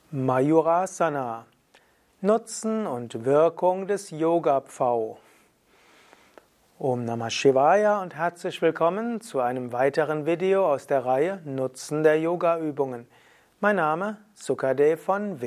Mayurasana. Nutzen und Wirkung des Yoga-Pfau. Om Namah Shivaya und herzlich willkommen zu einem weiteren Video aus der Reihe Nutzen der Yoga-Übungen. Mein Name Sukadev von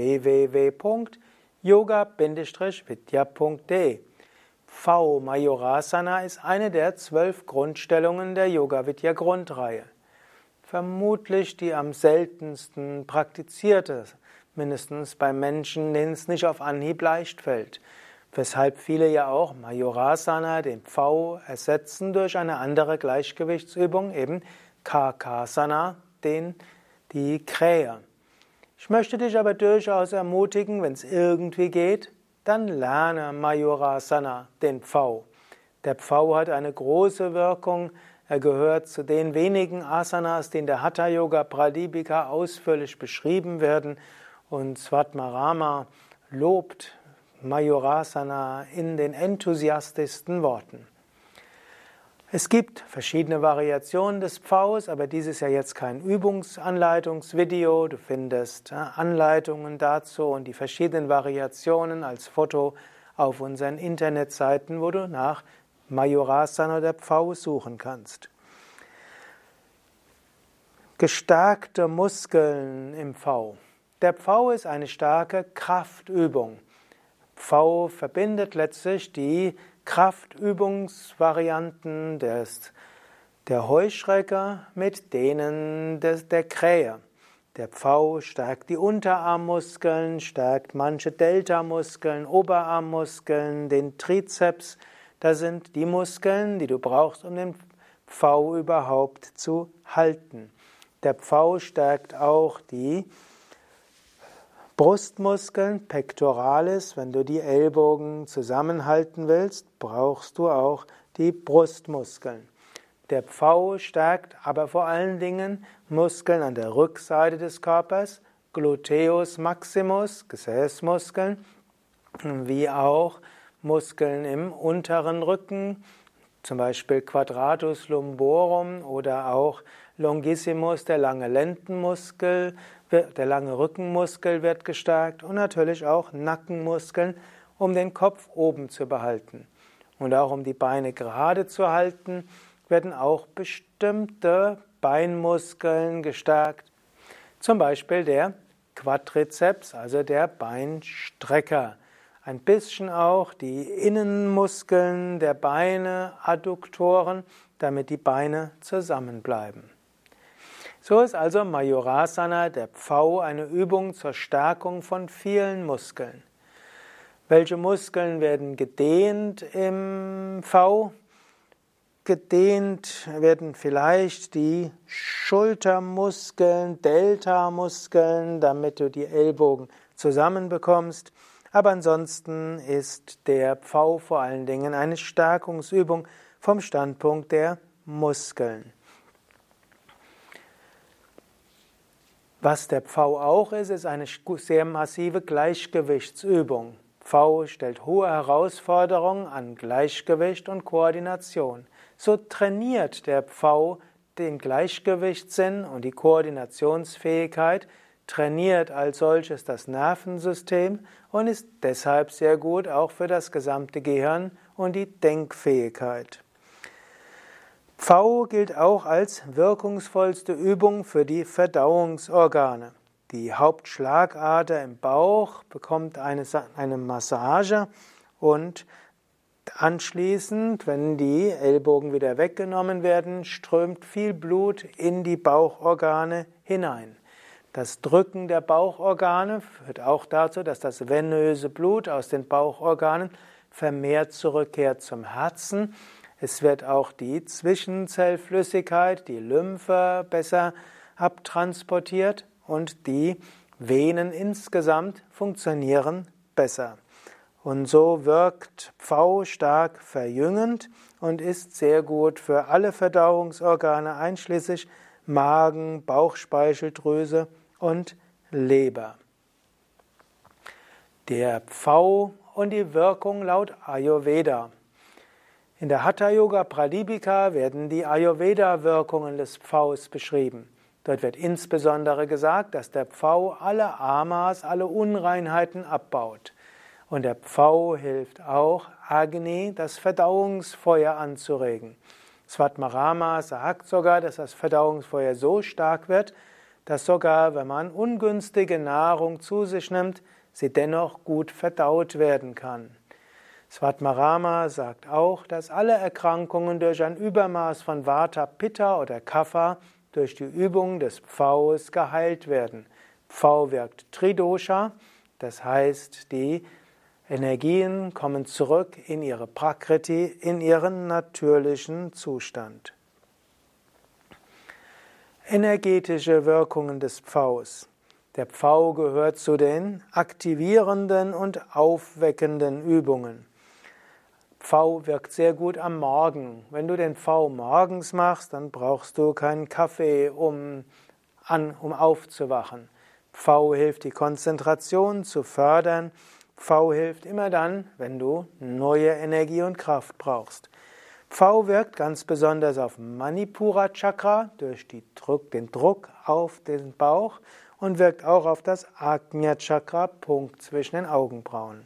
www.yoga-vidya.de. Pfau Mayurasana ist eine der 12 Grundstellungen der Yoga-Vidya-Grundreihe. Vermutlich die am seltensten praktizierte, mindestens bei Menschen, denen es nicht auf Anhieb leicht fällt. Weshalb viele ja auch Mayurasana, den Pfau, ersetzen durch eine andere Gleichgewichtsübung, eben Kakasana, die Krähe. Ich möchte dich aber durchaus ermutigen, wenn es irgendwie geht, dann lerne Mayurasana, den Pfau. Der Pfau hat eine große Wirkung. Er gehört zu den wenigen Asanas, die in der Hatha Yoga Pradipika ausführlich beschrieben werden. Und Svatmarama lobt Mayurasana in den enthusiastischsten Worten. Es gibt verschiedene Variationen des Pfaus, aber dies ist ja jetzt kein Übungsanleitungsvideo. Du findest Anleitungen dazu und die verschiedenen Variationen als Foto auf unseren Internetseiten, wo du nach Mayurasana oder Pfau suchen kannst. Gestärkte Muskeln im Pfau. Der Pfau ist eine starke Kraftübung. Pfau verbindet letztlich die Kraftübungsvarianten der Heuschrecke mit denen der Krähe. Der Pfau stärkt die Unterarmmuskeln, stärkt manche Deltamuskeln, Oberarmmuskeln, den Trizeps. Das sind die Muskeln, die du brauchst, um den Pfau überhaupt zu halten. Der Pfau stärkt auch die Brustmuskeln, Pectoralis. Wenn du die Ellbogen zusammenhalten willst, brauchst du auch die Brustmuskeln. Der Pfau stärkt aber vor allen Dingen Muskeln an der Rückseite des Körpers, Gluteus maximus, Gesäßmuskeln, wie auch Muskeln im unteren Rücken, zum Beispiel Quadratus lumborum oder auch Longissimus, der lange Lendenmuskel, der lange Rückenmuskel wird gestärkt und natürlich auch Nackenmuskeln, um den Kopf oben zu behalten. Und auch um die Beine gerade zu halten, werden auch bestimmte Beinmuskeln gestärkt. Zum Beispiel der Quadrizeps, also der Beinstrecker. Ein bisschen auch die Innenmuskeln der Beine, Adduktoren, damit die Beine zusammenbleiben. So ist also Mayurasana, der Pfau, eine Übung zur Stärkung von vielen Muskeln. Welche Muskeln werden gedehnt im Pfau? Gedehnt werden vielleicht die Schultermuskeln, Deltamuskeln, damit du die Ellbogen zusammenbekommst. Aber ansonsten ist der Pfau vor allen Dingen eine Stärkungsübung vom Standpunkt der Muskeln. Was der Pfau auch ist eine sehr massive Gleichgewichtsübung. Pfau stellt hohe Herausforderungen an Gleichgewicht und Koordination. So trainiert der Pfau den Gleichgewichtssinn und die Koordinationsfähigkeit, trainiert als solches das Nervensystem und ist deshalb sehr gut auch für das gesamte Gehirn und die Denkfähigkeit. Pfau gilt auch als wirkungsvollste Übung für die Verdauungsorgane. Die Hauptschlagader im Bauch bekommt eine Massage und anschließend, wenn die Ellbogen wieder weggenommen werden, strömt viel Blut in die Bauchorgane hinein. Das Drücken der Bauchorgane führt auch dazu, dass das venöse Blut aus den Bauchorganen vermehrt zurückkehrt zum Herzen. Es wird auch die Zwischenzellflüssigkeit, die Lymphe besser abtransportiert und die Venen insgesamt funktionieren besser. Und so wirkt Pfau stark verjüngend und ist sehr gut für alle Verdauungsorgane, einschließlich Magen, Bauchspeicheldrüse und Leber. Der Pfau und die Wirkung laut Ayurveda. In der Hatha Yoga Pradipika werden die Ayurveda-Wirkungen des Pfaus beschrieben. Dort wird insbesondere gesagt, dass der Pfau alle Amas, alle Unreinheiten abbaut. Und der Pfau hilft auch, Agni, das Verdauungsfeuer anzuregen. Svatmarama sagt sogar, dass das Verdauungsfeuer so stark wird, dass sogar, wenn man ungünstige Nahrung zu sich nimmt, sie dennoch gut verdaut werden kann. Svatmarama sagt auch, dass alle Erkrankungen durch ein Übermaß von Vata, Pitta oder Kapha durch die Übung des Pfaus geheilt werden. Pfau wirkt Tridosha, das heißt, die Energien kommen zurück in ihre Prakriti, in ihren natürlichen Zustand. Energetische Wirkungen des Pfaus. Der Pfau gehört zu den aktivierenden und aufweckenden Übungen. Pfau wirkt sehr gut am Morgen. Wenn du den Pfau morgens machst, dann brauchst du keinen Kaffee, um aufzuwachen. Pfau hilft, die Konzentration zu fördern. Pfau hilft immer dann, wenn du neue Energie und Kraft brauchst. Pfau wirkt ganz besonders auf Manipura Chakra durch den Druck auf den Bauch und wirkt auch auf das Ajna Chakra, Punkt zwischen den Augenbrauen.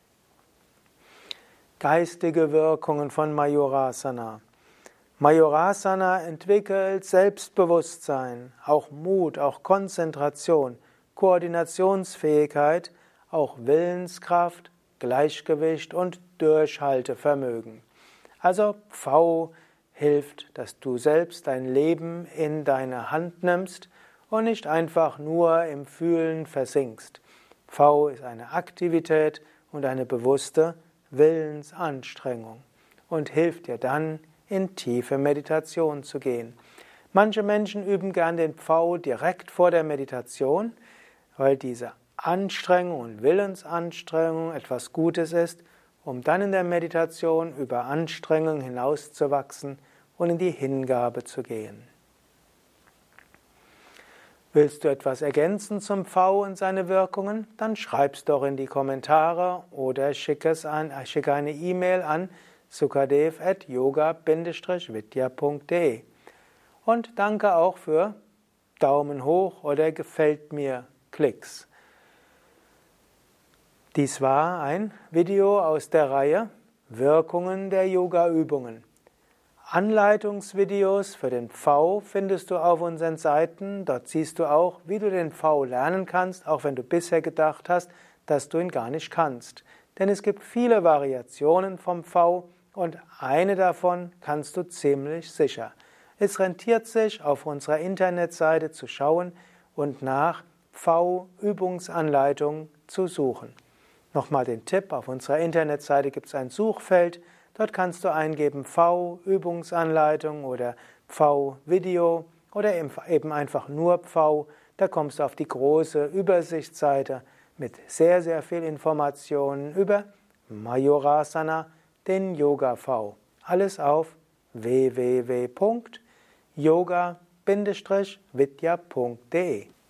Geistige Wirkungen von Mayurasana. Mayurasana entwickelt Selbstbewusstsein, auch Mut, auch Konzentration, Koordinationsfähigkeit, auch Willenskraft, Gleichgewicht und Durchhaltevermögen. Also Pfau hilft, dass du selbst dein Leben in deine Hand nimmst und nicht einfach nur im Fühlen versinkst. Pfau ist eine Aktivität und eine bewusste Willensanstrengung und hilft dir dann, in tiefe Meditation zu gehen. Manche Menschen üben gern den Pfau direkt vor der Meditation, weil diese Anstrengung und Willensanstrengung etwas Gutes ist, um dann in der Meditation über Anstrengung hinauszuwachsen und in die Hingabe zu gehen. Willst du etwas ergänzen zum Pfau und seine Wirkungen? Dann schreib's doch in die Kommentare oder schicke eine E-Mail an sukadev@yoga-vidya.de. Und danke auch für Daumen hoch oder gefällt mir Klicks. Dies war ein Video aus der Reihe Wirkungen der Yoga-Übungen. Anleitungsvideos für den Pfau findest du auf unseren Seiten. Dort siehst du auch, wie du den Pfau lernen kannst, auch wenn du bisher gedacht hast, dass du ihn gar nicht kannst. Denn es gibt viele Variationen vom Pfau und eine davon kannst du ziemlich sicher. Es rentiert sich, auf unserer Internetseite zu schauen und nach Pfau-Übungsanleitung zu suchen. Nochmal den Tipp, auf unserer Internetseite gibt es ein Suchfeld. Dort kannst du eingeben Pfau-Übungsanleitung oder Pfau-Video oder eben einfach nur Pfau. Da kommst du auf die große Übersichtsseite mit sehr, sehr viel Informationen über Mayurasana, den Yoga-Pfau. Alles auf www.yoga-vidya.de